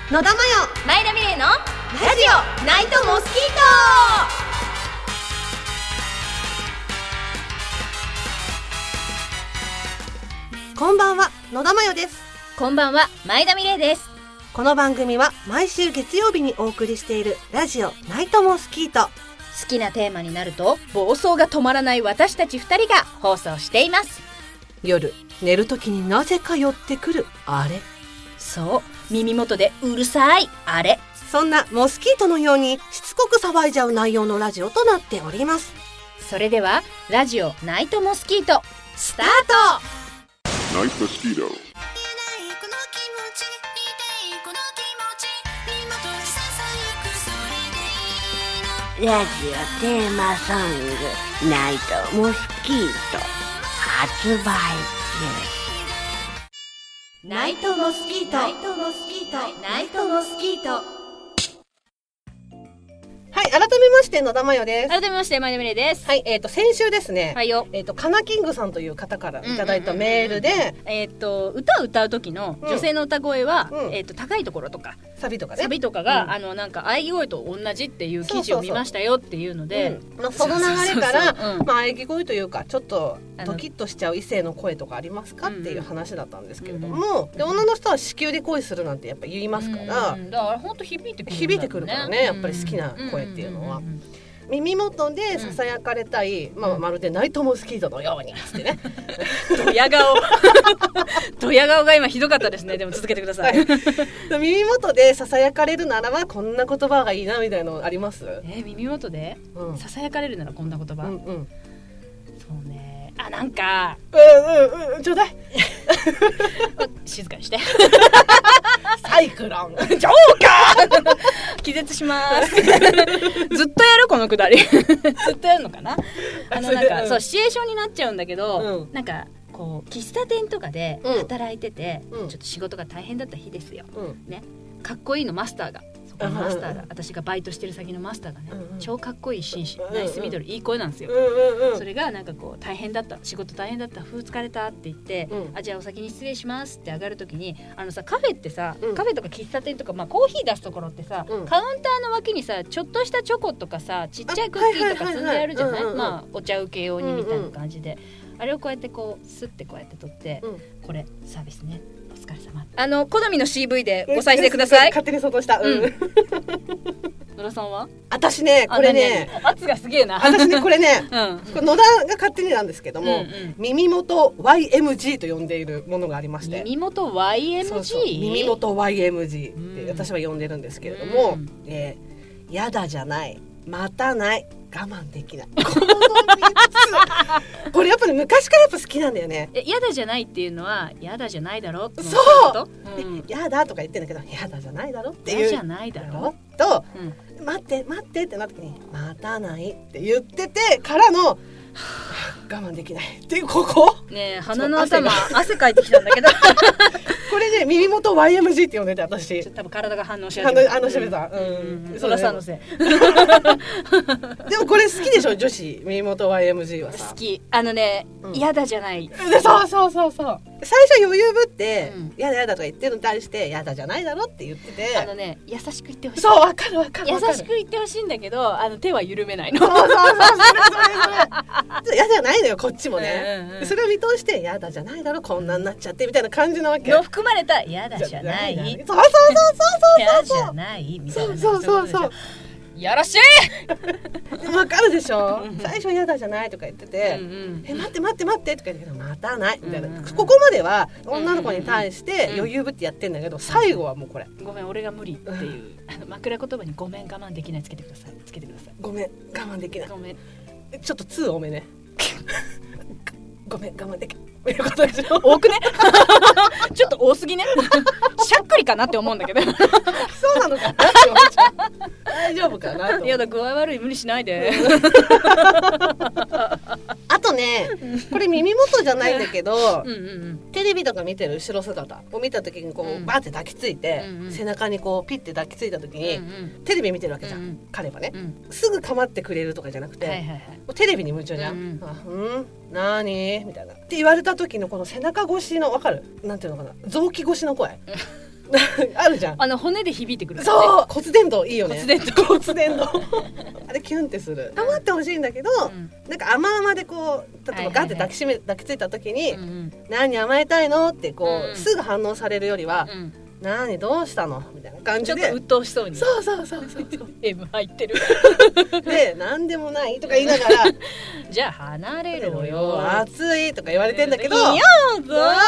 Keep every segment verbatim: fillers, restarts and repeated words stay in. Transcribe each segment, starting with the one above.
野田真代前田美玲のラジオナイトモスキート。こんばんは、野田真代です。 ト。こんばんは、前田美玲です。 この番組は毎週月曜日にお送りしているラジオナイトモスキート。 好きなテーマになると暴走が止まらない私たちふたりが放送しています。 夜寝るときになぜか寄ってくるあれ、 そう、耳元でうるさいあれ、 そんなモスキートのようにしつこく騒いじゃう内容のラジオとなっております。 それではラジオナイトモスキートスタート。 ナイトモスキート。 ラジオテーマソングナイトモスキート発売中。 ナイトモスキート、ナイトモスキート、 ナイトモスキート。 はい、改めまして野田真代です。 改めまして前田美玲です。 はい、えーと先週ですね、 はいよ。 えーとカナキングさんという方からいただいたメールで、 えっ、ー、と歌を歌う時の女性の歌声は、 うん、 えっ、ー、と高いところとかサビとかね、 サビとかが、 うん、 あのなんか喘ぎ声と同じっていう記事を見ましたよっていうので、 うん、まあ、その流れからそうそうそう、うん、 まあ喘ぎ声というかちょっとドキッとしちゃう異性の声とかありますかっていう話だったんですけれども、うん、で女の人は子宮で恋するなんてやっぱ言いますから、 うん、だから本当響いてくるんだよね、 響いてくるからね、やっぱり好きな声っていうのは、うんうんうんうん、耳元でささやかれたい、うん、まあ、まるでナイトモスキートのようにってねドヤ顔ドヤ顔が今ひどかったですね。でも続けてください、はい、 耳元でささやかれるならばこんな言葉がいいなみたいなのあります？ えー、耳元で、うん、ささやかれるならこんな言葉、うんうん、そうね、あ、なんかうんうんうん、ちょうだい静かにしてサイクロンジョーカー気絶しますずっとやるこのくだりずっとやるのかな。あのなんかそうシチュエーションになっちゃうんだけど、うん、なんかこう喫茶店とかで働いてて、うん、ちょっと仕事が大変だった日ですよ、うん、ね、かっこいいのマスターがそこのマスターが、私がバイトしてる先のマスターがね、うん、超かっこいい紳士、うん、ナイスミドル、いい声なんですよ、うんうん、それがなんかこう大変だった、仕事大変だった、風疲れたって言って、うん、あ、じゃあお先に失礼しますって上がるときに、あのさ、カフェってさ、うん、カフェとか喫茶店とか、まあ、コーヒー出すところってさ、うん、カウンターの脇にさちょっとしたチョコとかさ、ちっちゃいクッキーとか積んであるじゃない、まあお茶受け用にみたいな感じで、うんうん、あれをこうやってこうスッてこうやって取って、うん、これサービスね、お疲れ様、あの好みの シーブイ でご再生ください。 勝手に想像した、うん、 野田さんは？ 私ね、これね、 圧がすげえな。 私ね、これね、 うん、 これ野田が勝手になんですけども、うんうん、耳元 ワイエムジー と呼んでいるものがありまして、 耳元 ワイエムジー？ そうそう、 耳元 ワイエムジー って私は呼んでるんですけれども、うん、えー、やだじゃない、待たない、我慢できない、このみっつこれやっぱり昔からやっぱ好きなんだよね。 え、やだじゃないっていうのはやだじゃないだろってそう、うん、やだとか言ってんだけど、やだじゃないだろっていう、 やじゃないだろと、うん、待って待ってってなった時に待たないって言っててからの我慢できないっていう、ここねえ、鼻の頭汗かいてきたんだけどこれね、耳元 ワイエムジー って呼んでて、私多分体が反応し始めた、 反応し始めた、 そらさんのせいでもこれ好きでしょ、女子耳元 ワイエムジー はさ。 好き、あのね、嫌、うん、だじゃない、 そうそうそうそう、最初余裕ぶって、うん、やだやだとか言ってるのに対して、やだじゃないだろって言ってて、 あのね、優しく言ってほしい。 そう、わかるわかるわかる、 優しく言ってほしいんだけど、あの手は緩めないの。 そうそうそう、それそれそれやだじゃないのよ、こっちもね、うんうんうん、それを見通して、やだじゃないだろ、こんなになっちゃってみたいな感じなわけの含まれた、やだじゃない、そうそうそうそうそう、 やじゃないみたいな、 そうそうそう、 よろしいわかるでしょ最初やだじゃないとか言ってて、うんうん、え待って待って待ってとか言ってけど、待たないみたいな、うんうん、ここまでは女の子に対して余裕ぶってやってんだけど、うんうん、最後はもうこれ、 ごめん俺が無理っていう、うん、あの枕言葉にごめん我慢できないつけてください、つけてください、 ごめん我慢できない、 ごめんちょっとツー多めねごめん我慢できないことでしょ多くねちょっと多すぎねしゃっくりかなって思うんだけどそうなのかなって思っちゃう大丈夫かなと。 いやだ、具合悪い、無理しないであとね、これ耳元じゃないんだけどうんうん、うん、テレビとか見てる後ろ姿を見た時にこう、うん、バーって抱きついて、うんうん、背中にこうピッて抱きついた時に、うんうん、テレビ見てるわけじゃん、うんうん、彼はね、うん、すぐ構ってくれるとかじゃなくて、はいはいはい、もうテレビに夢中じゃん、うんうん、あ、うんなーにみたいなって言われた時のこの背中越しの、わかる？なんていうのかな、臓器越しの声あるじゃん、 あの骨で響いてくる、ね、 そう骨伝導いいよね、 骨伝導骨伝導あれキュンってする、黙ってほしいんだけど、うん、なんか甘々でこう例えばガッて抱きしめ、はいはいはい、抱きついた時に、うんうん、何甘えたいのってこう、うん、すぐ反応されるよりは、うん、何どうしたのみたいな感じでちょっと鬱陶しそうに、 そうそうそうそうエム 入ってるで何でもないとか言いながらじゃあ離れろよ暑いとか言われてんだけど、 いやーみたいな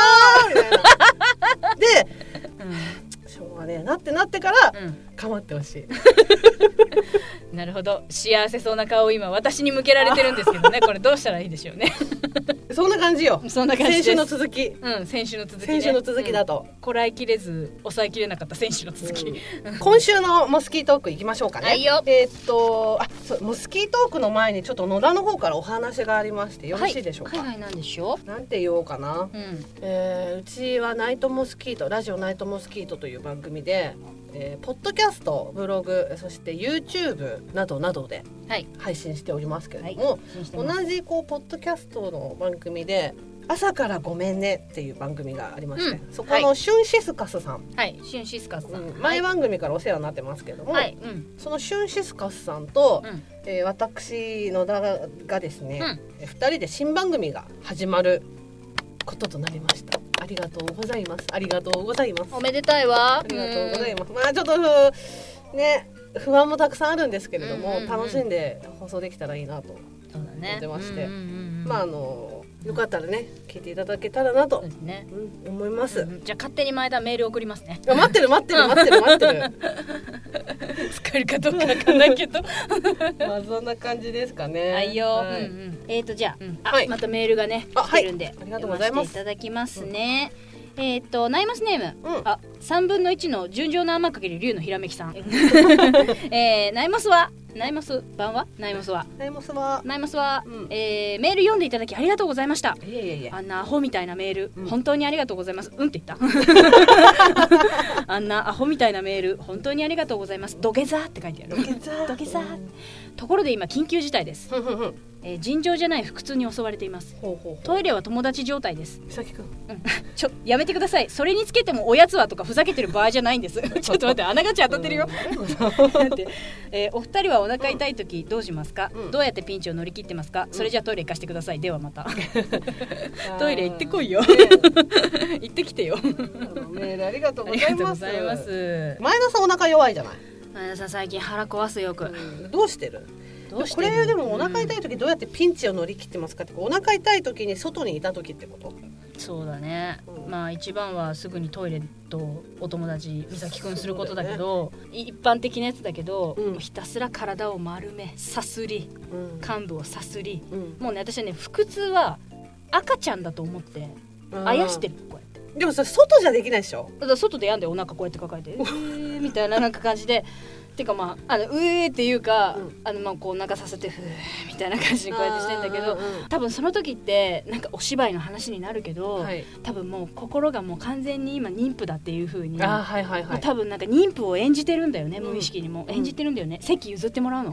で、うん、しょうがねえなってなってから、うん、構ってほしいなるほど、幸せそうな顔を今私に向けられてるんですけどねこれどうしたらいいでしょうねそんな感じよ、 そんな感じです。 先週の続き、 うん、先週の続き、ね、 先週の続きだと、 うん、こらえきれず抑えきれなかった先週の続き、うん、 今週のモスキートークいきましょうかね。 はいよ。 えー、っとあそうモスキートークの前にちょっと野田の方からお話がありましてよろしいでしょうか。 はい、はいはい、なんでしょう。 なんて言おうかな、うんえー、うちはナイトモスキートラジオナイトモスキートという番組で、えー、ポッドキャストブログそして YouTube などなどで配信しておりますけれども、はいはい、同じこうポッドキャストの番組で朝からごめんねっていう番組がありまして、うん、そこのシュンシスカスさん、 はい、シュンシスカスさん、 うん、前番組からお世話になってますけども、 はいうん、 そのシュンシスカスさんと、うんえー、私野田がですね、うん、ふたりで新番組が始まることとなりました。ありがとうございます。ありがとうございます。 おめでたいわ。 ありがとうございます。まあちょっとね不安もたくさんあるんですけれども、うんうんうん、楽しんで放送できたらいいなと思ってまして、うんうんうんうん、まああのよかったらね聞いていただけたらなと、ねうん、思います、 うん、じゃあ勝手に前田メール送りますね。 待ってる待ってる待ってる待ってる使えるかどうかわかんないけどまあそんな感じですかね。 はいよ、はいうんうん、えーとじゃあ、うん、あ、はい、またメールがね来てるんで、はい、ありがとうございます。読ませていただきますね、うんえー、とナイマスネーム、うん、あさんぶんのいちの純情な天かける竜のひらめきさん、えー、ナイマスはナイマス版はナイマスはナイマスはナイマスは、うんえー、メール読んでいただきありがとうございました。 いやいやいやあんなアホみたいなメール、うん、本当にありがとうございます。うんって言ったあんなアホみたいなメール本当にありがとうございます。土下座って書いてある。 土下座土下座、うん、ところで今緊急事態ですえー、尋常じゃない腹痛に襲われています。ほうほうほうトイレは友達状態です。 美咲くん、うん、 ちょやめてください。それにつけてもおやつはとかふざけてる場合じゃないんですちょっと待ってあながち当たってるよだって、えー、お二人はお腹痛い時どうしますか、うん、どうやってピンチを乗り切ってますか、うん、それじゃあトイレ行かしてください。ではまたトイレ行ってこいよ行ってきてよメールありがとうございます。 前田さんお腹弱いじゃない。 前田さん最近腹壊すよく、 うん、どうしてるこれでもお腹痛い時どうやってピンチを乗り切ってますかって、お腹痛い時に外にいた時ってこと。 そうだね、うん、まあ一番はすぐにトイレとお友達美咲くんすることだけどだ、ね、一般的なやつだけど、うん、もうひたすら体を丸めさすり、うん、患部をさすり、うん、もうね私はね腹痛は赤ちゃんだと思ってあやしてる。こうやってでもそれ外じゃできないでしょ。 だから外でやんでお腹こうやって抱えてうーみたいななんか感じでてかまあ、あのうーっていうか、うん、あのまあこうお腹させてふーみたいな感じにこうやってしてんだけど、うんうん、多分その時ってなんかお芝居の話になるけど、はい、多分もう心がもう完全に今妊婦だっていう風にあ、はいはいはい、 多分なんか妊婦を演じてるんだよね、うん、無意識にも演じてるんだよね、うん、席譲ってもらうの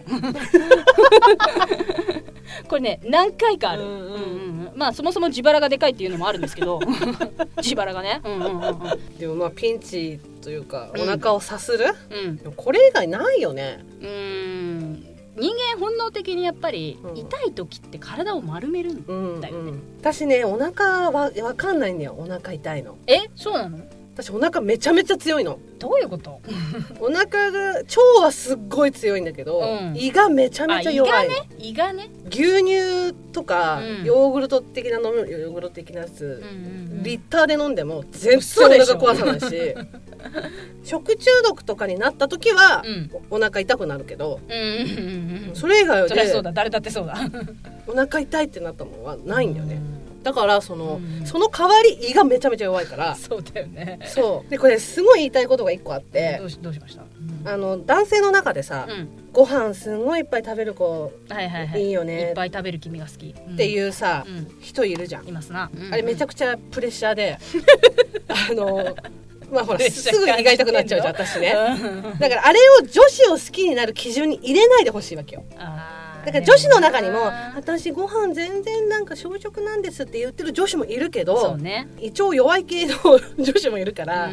これね何回かある、うんうんうん、まあそもそも自腹がでかいっていうのもあるんですけど自腹がね、うんうんうんうん、 でもまあピンチというかお腹をさする、うん、でもこれ以外ないよね。 うーん人間本能的にやっぱり痛い時って体を丸めるんだよね、うんうん、 私ねお腹は分かんないんだよ。お腹痛いの。 えそうなの。 私お腹めちゃめちゃ強いの。 どういうことお腹が腸はすっごい強いんだけど、うん、胃がめちゃめちゃ弱い。 胃がね胃がね牛乳とか、うん、ヨーグルト的な飲むヨーグルト的なやつ、うんうんうん、リッターで飲んでも全然お腹壊さないし食中毒とかになった時は、うん、お, お腹痛くなるけど、うんうんうん、それ以外でそりゃそうだ誰だってそうだお腹痛いってなったものはないんだよね、うん、だからその、うん、その代わり胃がめちゃめちゃ弱いからそうだよね。 そうでこれすごい言いたいことが一個あって、 どうし、どうしました、うん、 あの男性の中でさ、うん、ご飯すごいいっぱい食べる子、はいはいはい、いいよねいっぱい食べる君が好き、 うん、っていうさ、うん、人いるじゃん。 いますな、うんうん、 あれめちゃくちゃプレッシャーであのまあほらすぐ胃が痛くなっちゃうじゃん私ねだからあれを女子を好きになる基準に入れないでほしいわけよ。あだから女子の中にも私ご飯全然なんか小食なんですって言ってる女子もいるけど、 そうね、 胃腸弱い系の女子もいるから、うん、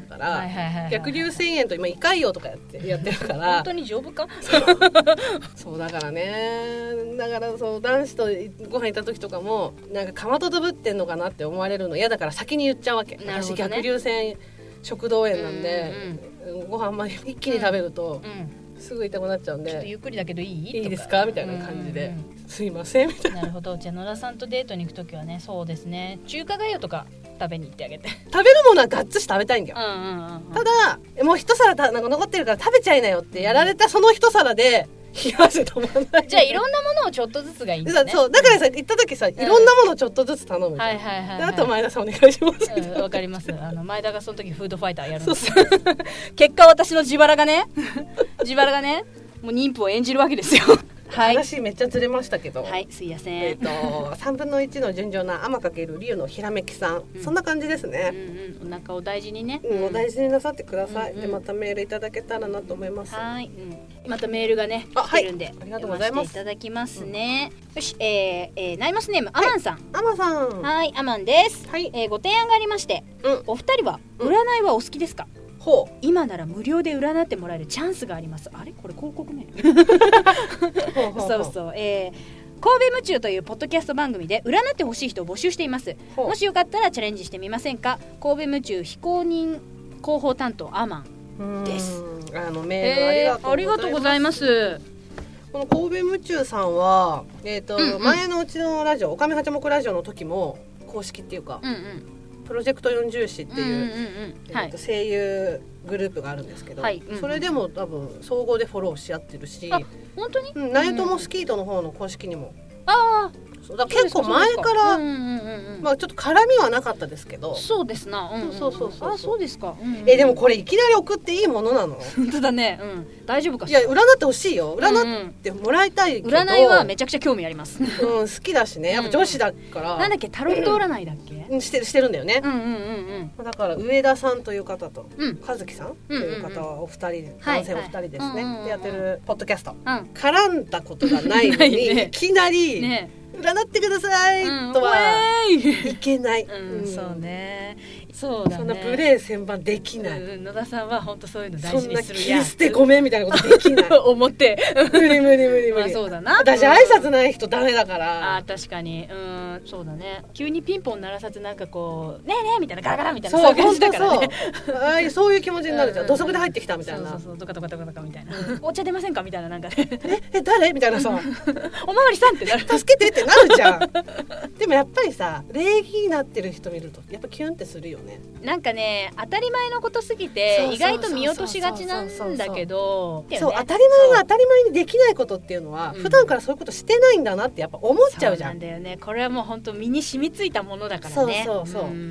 だから、はいはいはいはい、逆流性炎と今胃潰瘍とかやってやってるから本当に丈夫かそうそうだからね、だからそう男子とご飯行った時とかもなんかかまととぶってんのかなって思われるの嫌だから先に言っちゃうわけ、ね、私逆流性食道炎なんで、うんうん、ご飯まで一気に食べると、うんうん、すぐ痛くなっちゃうんで、 ちょっとゆっくりだけどいい？ いいですかみたいな感じで、うんうん、すいませんみたいな。 なるほど。じゃあ野田さんとデートに行くときはね、そうですね、中華街よとか食べに行ってあげて。 食べるものはガッツリ食べたいんだよ、うんうんうんうん、ただもう一皿たなんか残ってるから食べちゃいなよってやられたその一皿で冷や汗止まんない。 じゃあいろんなものをちょっとずつがいいんだね。 そうだからさ、行った時さ、いろんなものをちょっとずつ頼む、うん、はいはいはい、はい、であと前田さんお願いします。 わ、うん、かります。あの前田がその時フードファイターやるんです結果私の自腹がね自腹がねもう妊婦を演じるわけですよはい、 話めっちゃずれましたけど、 はい、すいません、 えー、とさんぶんのいちの純情な天×龍のひらめきさん、うん、そんな感じですね、 うんうん、お腹を大事にね、 うん、お大事になさってください、うんうん、でまたメールいただけたらなと思います。 はい、うん、またメールがね来てるんで、はい、 ありがとうございます。 いただきますね、うん、よし、えーえー、ナイマスネームアマンさん、 アマンさん、 はい、アマンです、はい、えー、ご提案がありまして、うん、お二人は占いはお好きですか？ほう、今なら無料で占ってもらえるチャンスがあります。あれこれ広告メールそうそう、えー、神戸夢中というポッドキャスト番組で占ってほしい人を募集しています。もしよかったらチャレンジしてみませんか？神戸夢中非公認広報担当アマンです。 あのメールありがとうございます。 ありがとうございます。 この神戸夢中さんは、えーとうんうん、前のうちのラジオおかめはちもくラジオの時も公式っていうか、うんうん、プロジェクトよんじゅうしっていう、うんうんうん、えーと、声優グループがあるんですけど、はい、うんうん、それでも多分総合でフォローし合ってるし、 あ、本当に、 うん、ナイトモスキートの方の公式にも、 ああ、 そうだ結構前から、うんうんうんうん、まあ、ちょっと絡みはなかったですけど、 そうですな、うんうんうん、そうそうそうそう、あ、そうですか、うんうん、 えでもこれいきなり送っていいものなの？ 本当だね、うん、大丈夫かしら。 いや占ってほしいよ、占ってもらいたいけど、うんうん、 占いはめちゃくちゃ興味あります、うん、 好きだしね、やっぱ女子だから、うんうん、 なんだっけ、タロット占いだっけ、 うん、してるしてるんだよね、 うんうんうんうん、 だから上田さんという方と、うん、和樹さんという方はお二人で、うんうんうん、男性お二人ですね、はいはい、でやってるポッドキャスト、うん、絡んだことがないのに、ね、いきなり、ね、占ってください、うん、とはいけない、 うんうん、そうね、そうだね、 そんなプレイ千番できない、 うん、野田さんは本当そういうの大事にするやん、そんな切り捨てごめんみたいなことできない思って無理無理無理無理、まあ、 そうだな、 私挨拶ない人ダメだから、 あ、確かに、うん、そうだね、急にピンポン鳴らさずなんかこうねえねえみたいなガラガラみたいな、そういう感じだからね、 そうああそういう気持ちになるじゃん、土足で入ってきたみたいな、 そうそうそう、ドカドカドカドカみたいな、お茶出ませんかみたいな、なんかねええ誰みたいなさおまわりさんってなる、 助けてってなるじゃんでもやっぱりさ礼儀になってる人見るとやっぱキュンってするよね。 なんかね、当たり前のことすぎて意外と見落としがちなんだけど、 そう、当たり前が当たり前にできないことっていうのは、うん、普段からそういうことしてないんだなってやっぱ思っちゃうじゃん。 そうなんだよね、これはもう本当身に染みついたものだからね。 そうそうそう、うんうんうん、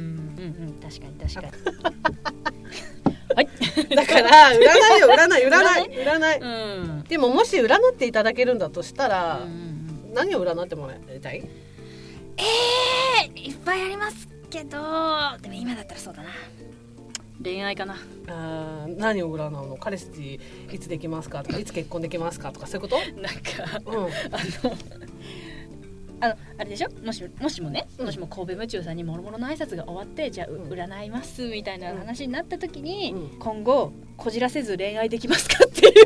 確かに確かにはい、だから占いよ占い占い占い、うん、でももし占っていただけるんだとしたら、うん、何を占ってもらいたい？ えー、いっぱいありますけど、でも今だったらそうだな、恋愛かな。 あ、何を占うの？彼氏いつできますかとか、いつ結婚できますかとか、そういうこと？ なんか、うん、あのあのあれでしょ、もしもしもね、うん、もしも神戸夢中さんにもろもろの挨拶が終わって、じゃあ、うん、占いますみたいな話になった時に、うん、今後こじらせず恋愛できますかっていう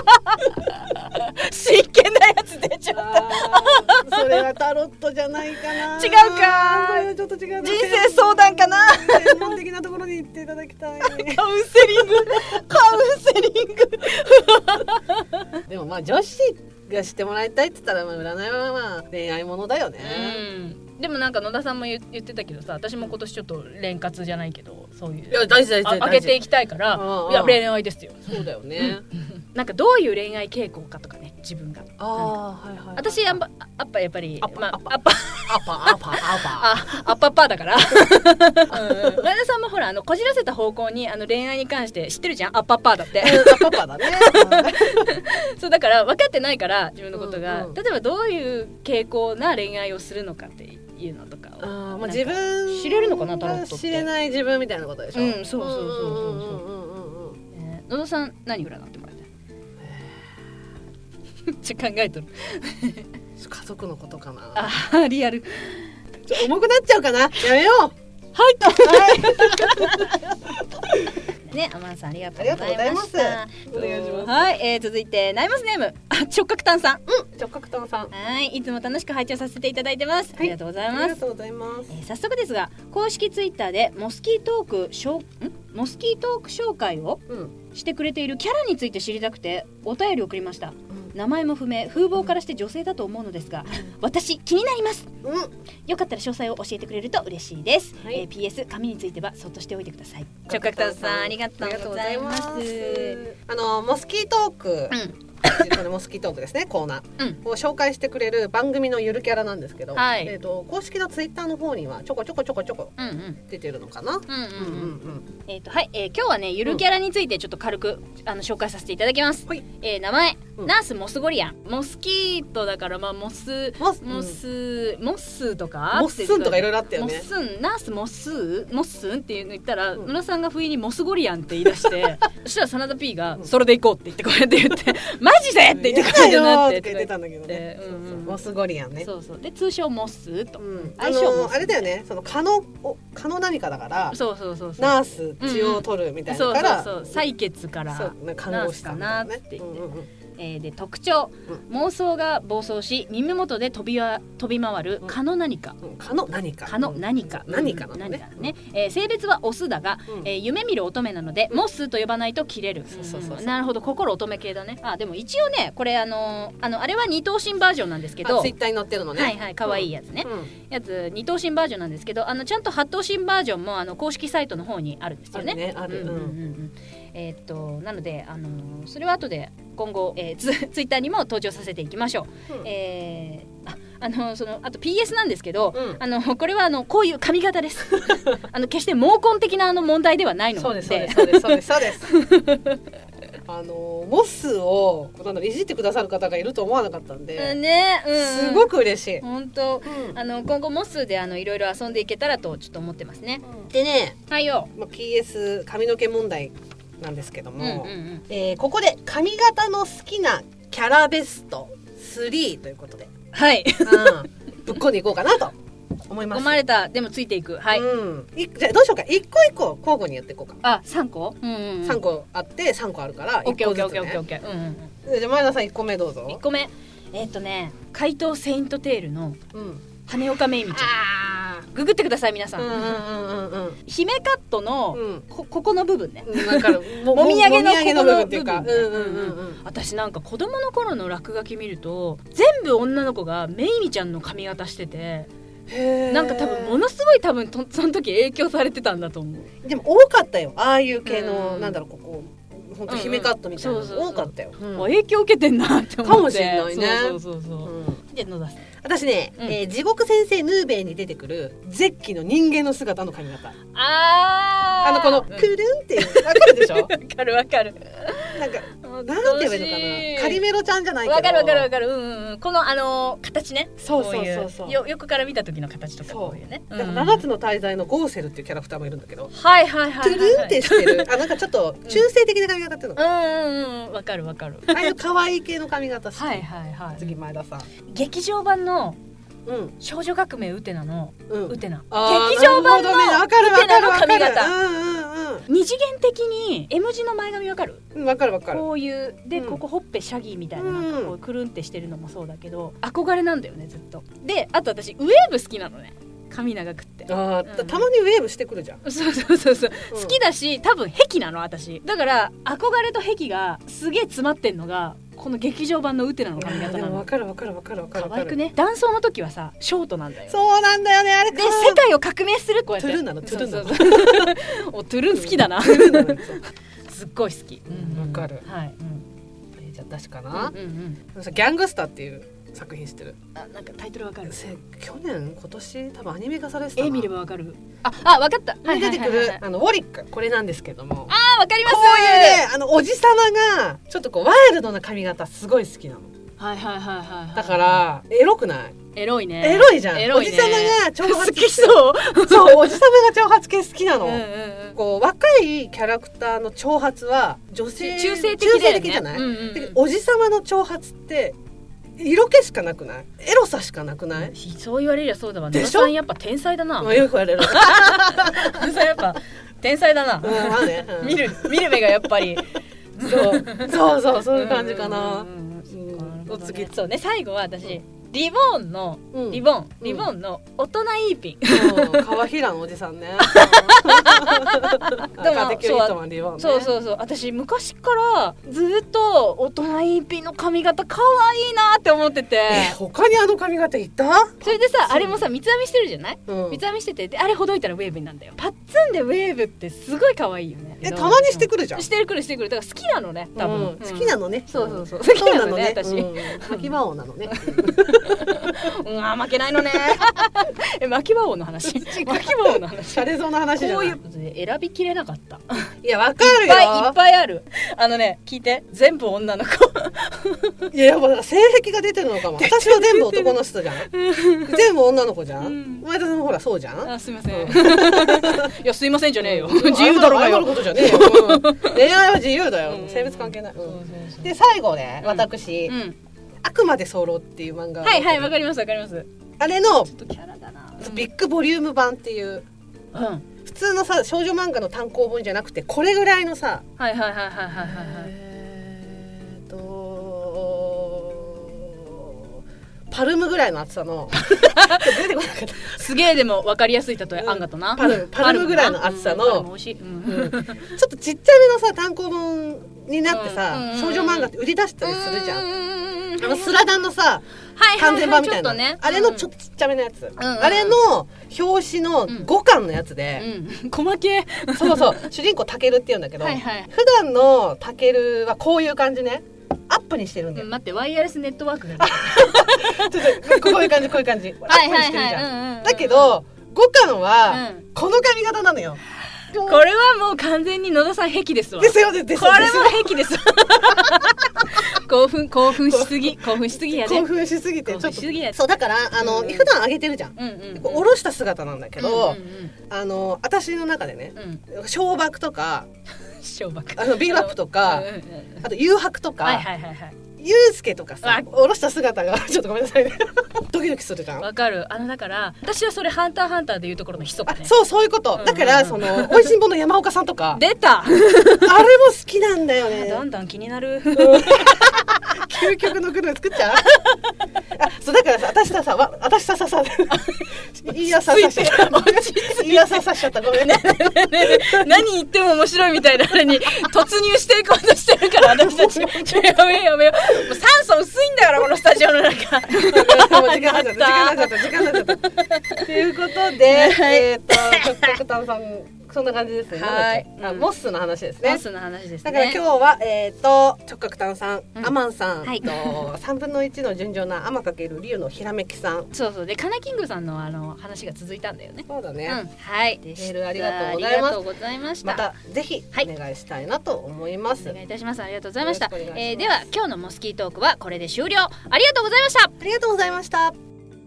真剣なやつ出ちゃった。 それはタロットじゃないかな。 違うか、 それはちょっと違う、 人生相談かな。 専門的なところに行っていただきたいカウンセリングカウンセリングでもまあ女子がしてもらいたいって言ったら、まあ占いはまあ恋愛ものだよね。 うん、でもなんか野田さんも言ってたけどさ、私も今年ちょっと連活じゃないけど、そういう、いや大事大事上げていきたいから、いや恋愛ですよ。 そうだよね、うん、 なんかどういう恋愛傾向かとかね、自分が、 あ、はいはいはい、 私やっぱアッパやっぱりアッパ、 まあ、 アッパアッパアッパアッパあアッパッパーだから、うん、前田さんもほら、あのこじらせた方向にあの恋愛に関して知ってるじゃん、アッパッパーだって、 アッパッパーだねそうだから分かってないから、自分のことが、うんうん、例えばどういう傾向な恋愛をするのかっていうのとかを、 あ、まあ、自分知れるのかな、タロットって知れない自分みたいなことでしょ。 うん、そうそうそうそうそう。野田さん何占ってもらいたい？ ちょ考えとる家族のことかな。 あリアルちょ重くなっちゃうかな。やめよう。 はいはいね、アマンさんありがとうございました。 お願いします。 はい、えー、続いてナイマスネーム直角炭さん。 うん、直角炭さん。 はい、いつも楽しく拝聴させていただいてます。はい、ありがとうございます。 ありがとうございます。 えー、早速ですが、公式ツイッターでモスキートークしょんモスキートーク紹介をしてくれているキャラについて知りたくてお便りを送りました。名前も不明、風貌からして女性だと思うのですが、私気になります、うん、よかったら詳細を教えてくれると嬉しいです、はい。えー、ピーエス 紙についてはそっとしておいてください。直角炭さんありがとうございます。 あのモスキートーク、うんこのモスキートークですね、コーナー、うん、を紹介してくれる番組のゆるキャラなんですけど、はい、えーと公式のツイッターの方にはちょこちょこちょこちょこ出てるのかな。 えっとはい、えー、今日はねゆるキャラについてちょっと軽く、うん、あの紹介させていただきます。はい、えー、名前、うん、ナースモスゴリアン、モスキートだからまあモスモスモス、うん、モッスとかモッスンとかいろいろあったよね。 モッスンナースモスモッスンっていうの言ったら、うん、村さんが不意にモスゴリアンって言い出してそしたら真田 P が、うん、それで行こうって言ってこうやって言ってマジでって言ってこうやってなって言ってたんだけどね。モスゴリアンね。 そうそうで通称モスと、うん、 相性もあれだよね。その蚊の蚊の何かだから。そうそうそうそうナース血を取るみたいなから、 うんうん、そうそうそう採血から看護師さんなって言って。うんうんうんえー、で特徴、うん、妄想が暴走し耳元で飛びは飛び回る蚊の何か、 うん、蚊の何か蚊の何か、 うん、何かなのね、 何かね、えー、性別はオスだが、うんえー、夢見る乙女なので、うん、モスと呼ばないと切れる。そうそうそうそう、なるほど心乙女系だね。あでも一応ねこれあのー、あのあれは二頭身バージョンなんですけどツイッターに載ってるのね。 はいはい可愛いやつね、うん、やつ二頭身バージョンなんですけどあのちゃんと八頭身バージョンもあの公式サイトの方にあるんですよね。あるねある、うんうんうん、えー、っとなのであのー、それは後で今後、えー、ツ, ツイッターにも登場させていきましょう、うんえー、あ, あのそのあと ピーエス なんですけど、うん、あのこれはあのこういう髪型ですあの決して毛根的なあの問題ではないので。 そうですそうですそうですそうですそうですあのモスをなんだいじってくださる方がいると思わなかったんで、 ねうん、 すごく嬉しい。 本当、うん、あの今後モスであのいろいろ遊んでいけたらとちょっと思ってますね、 うん、でね、 はいよ、 まあ、ピーエス 髪の毛問題なんですけども、うんうんうんえー、ここで髪型の好きなキャラベストスリーということで、 はい、 うん、ぶっこんでいこうかなと思います。 込まれたでもついていく、はい、 うん、いじゃあどうしようか一個一個交互にやっていこうか。 あ三個、うんうんうん、 三個あって三個あるから一個ずつね。オッケーオッケーオッケーオッケー、うんうん、じゃあ前田さん一個目どうぞ。 一個目えー、っとね怪盗セイントテールの、うん羽岡めいみちゃん、ググってください皆さん、うんうんうんうん、姫カットの、うん、こ, ここの部分ね、うん、分かるも, もみあげのここの部分っていうか、うんうんうんうん、私なんか子供の頃の落書き見ると全部女の子がめいみちゃんの髪型しててへなんか多分ものすごい多分とその時影響されてたんだと思う。 でも多かったよああいう系の、うん、なんだろうここ本当姫カットみたいなの多かったよ。 影響受けてんなって思ってかもしれないね。 そうそうそうそう、うん、で野田さん私ね、うんえー、地獄先生ヌーベイに出てくるゼッキの人間の姿の髪型。 ああのこのクルンっていうわ、うん、かるでしょわかるわかるなんかなんて言えばいいのかなカリメロちゃんじゃないけどわかるわかるわかる、うんうん、このあのー、形ねそうそうそうそうよ横から見た時の形とかこういうねだからななつの大罪のゴーセルっていうキャラクターもいるんだけどはいはいはい、はい、 トゥルンってしてるあなんかちょっと中性的な髪型っていうのかなうんうんうんわかるわかるああいう可愛い系の髪型好きはいはいはい次前田さん劇場版のうん、少女革命ウテナの、うん、ウテナ劇場版のウテナの髪型、うんうんうん、二次元的に M 字の前髪わかる？ わかるわかる。 こういうで、うん、ここほっぺシャギーみたいな、なんかこうくるんってしてるのもそうだけど憧れなんだよねずっと。であと私ウェーブ好きなのね髪長くってあ、うん、たまにウェーブしてくるじゃん。 そうそうそうそう、うん、好きだし多分癖なの私だから憧れと癖がすげえ詰まってんのがこの劇場版のウテナの髪型なの。でも分かる分かる分かる分かる可愛くね。男装の時はさショートなんだよ。 そうなんだよねあれ。 で世界を革命するこうやってトゥルンなのトゥルンなのそうそうそうおトゥルン好きだな、うん、すっごい好き。 分、うん、かる、 はい、うんえー、じゃあ私かな、 うんうんうん、 ギャングスターっていう作品知ってる？ あなんかタイトルわかる。 去年今年多分アニメ化されてたな。 絵見ればわかる。ああわかった。 出てくるあのウォリックこれなんですけども。 あわかります。 こういうねあのおじさまがちょっとこうワイルドな髪型すごい好きなの。 はいはいはいはい。 だからエロくない？ エロいね。 エロいじゃん。 エロいね、 おじさまが長髪好きそう。 そうおじさまが長髪系好きなの。 うんうんうん、 こう若いキャラクターの長髪は女性中性的だよね。 中性的じゃない？うんうんうん、 おじさまの長髪って色気しかなくない？エロさしかなくない？ そう言われりゃそうだわ。野田さんやっぱ天才だな。 まあ、よく言われる。 野田さんやっぱ天才だな。 うんまあねうん、 見る見る目がやっぱりそうそうそうそういう感じかな。 お次そうね最後は私。リボンの、うん、リボンリボンの大人いいピン、 うん、川平のおじさんね。 でもそうそうそう私昔からずっと大人いいピンの髪型可愛いなって思ってて、 えー、他にあの髪型いた？ それでさあれもさ三つ編みしてるじゃない、うん、三つ編みしててであれほどいたらウェーブなんだよ。パッツンでウェーブってすごい可愛いよね。 えたまにしてくるじゃん。 してるくるしてくるだから好きなのね多分、うんうん、 好きなのね。 そうそうそう好きなのね私。 巻き場王なのね。 うん、あ負けないのね。え巻き場王の話巻き場王の話シャレゾの話じゃない。 こういう選びきれなかった。 いやわかるよ。いっぱいいっぱいある。あのね聞いて全部女の子。 いややっぱ性癖が出てるのかも。私は全部男の人じゃん。全部女の子じゃん、うん、前田さんもほらそうじゃん。 あすいません、うん、いやすいませんじゃねえよ。自由だろうがよ。謝ることじゃねえよ、うん、恋愛は自由だよ、うん、性別関係ない、うん、そうそうそう。で最後ね、うん、私、うんあくまで候っていう漫画はいはいわかりますわかります。 あれのちょっとキャラだな、 うん、ビッグボリューム版っていう、うん、普通のさ少女漫画の単行本じゃなくてこれぐらいのさはいはいはいはいはいはいえーとパルムぐらいの厚さの出てこなかったすげえでも分かりやすい例え、うん、あんがとなパルムパルムぐらいの厚さの、うんうん、ちょっとちっちゃめのさ単行本になってさ、うん、少女漫画って売り出したりするじゃん、うん、あのスラダンのさ、はいはいはい、完全版みたいな、ね、あれのちょっとちっちゃめのやつ、うん、あれの表紙のごかんのやつで、 うん、細けそうそう主人公タケルって言うんだけどはい、はい、普段のタケルはこういう感じねアップにしてるんだよ、 うん、待ってワイヤレスネットワークがちょっとこういう感じこういう感じアップにしてるじゃんだけどごかんはこの髪型なのよ。 これはもう完全に野田さん癖ですわ。 ですよね。 これは癖です興奮興奮しすぎ興奮しすぎやで興奮しすぎてちょっとそうだからあの、うん、普段上げてるじゃん、うんうんうん、下ろした姿なんだけど、うんうんうん、あの私の中でね、うん、小爆とか小爆あのビーバップとか、うんうんうん、あと誘白とか、はいはいはいはいユウスケとかさ下ろした姿がちょっとごめんなさいねドキドキするじゃん。 わかる。あのだから私はそれハンターハンターでいうところの密かね。 そうそういうこと、うんうんうん、だからその美味しんぼの山岡さんとか出たあれも好きなんだよね。 だんだん気になる究極のグルメ作っちゃうあそうだからさ私ささ私さささいいやささしちゃったいいやささしちゃったごめんね何言っても面白いみたいなあれに突入していこうとしてるから私たちやめようやめようもう酸素薄いんだからこのスタジオの中もう時間になっちゃった時間になっちゃった時間になっちゃったということで、はい、えっ、ー、と直角炭さんそんな感じですね。はい、あ、うん、モッスの話ですね。 モッスの話ですね。 だから今日はえっ、ー、と直角炭さん、うん、アマンさん、はい、と三分の一の純情なアマかけるリュウのひらめきさん。 そうそうでカナキングさんのあの話が続いたんだよね。 そうだね。 うん、はい。 メールありがとうございます。ありがとうございました。 またぜひお願いしたいなと思います。 はい、お願いいたします。ありがとうございました。えー、では今日のモスキートークはこれで終了。ありがとうございました。 ありがとうございました。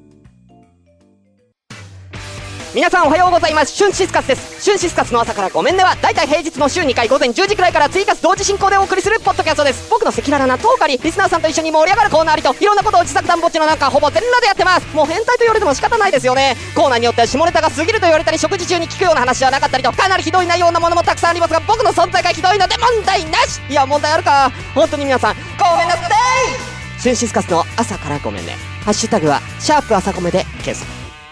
皆さんおはようございます。シュンシスカスです。シュンシスカスの朝からごめんねはだいたい平日の週にかい午前じゅうじくらいから追加同時進行でお送りするポッドキャストです。僕の赤裸々なトークありリスナーさんと一緒に盛り上がるコーナーありといろんなことを自作団ぼっちの中ほぼ全裸でやってます。もう変態と言われても仕方ないですよね。コーナーによっては下ネタが過ぎると言われたり食事中に聞くような話はなかったりとかなりひどい内容なものもたくさんありますが僕の存在がひどいので問題なし。いや問題あるか。本当に皆さんごめんなさい。シュンシスカスの朝からごめんね。ハッシュタグはシャープ朝コメで検索。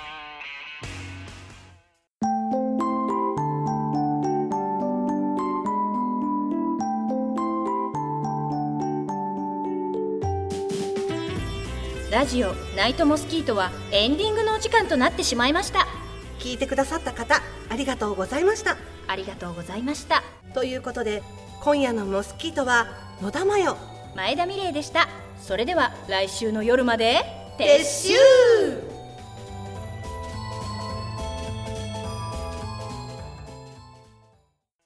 ラジオナイトモスキートはエンディングのお時間となってしまいました。 聞いてくださった方ありがとうございました。 ありがとうございました。 ということで今夜のモスキートは野田真代前田美玲でした。それでは来週の夜まで撤収。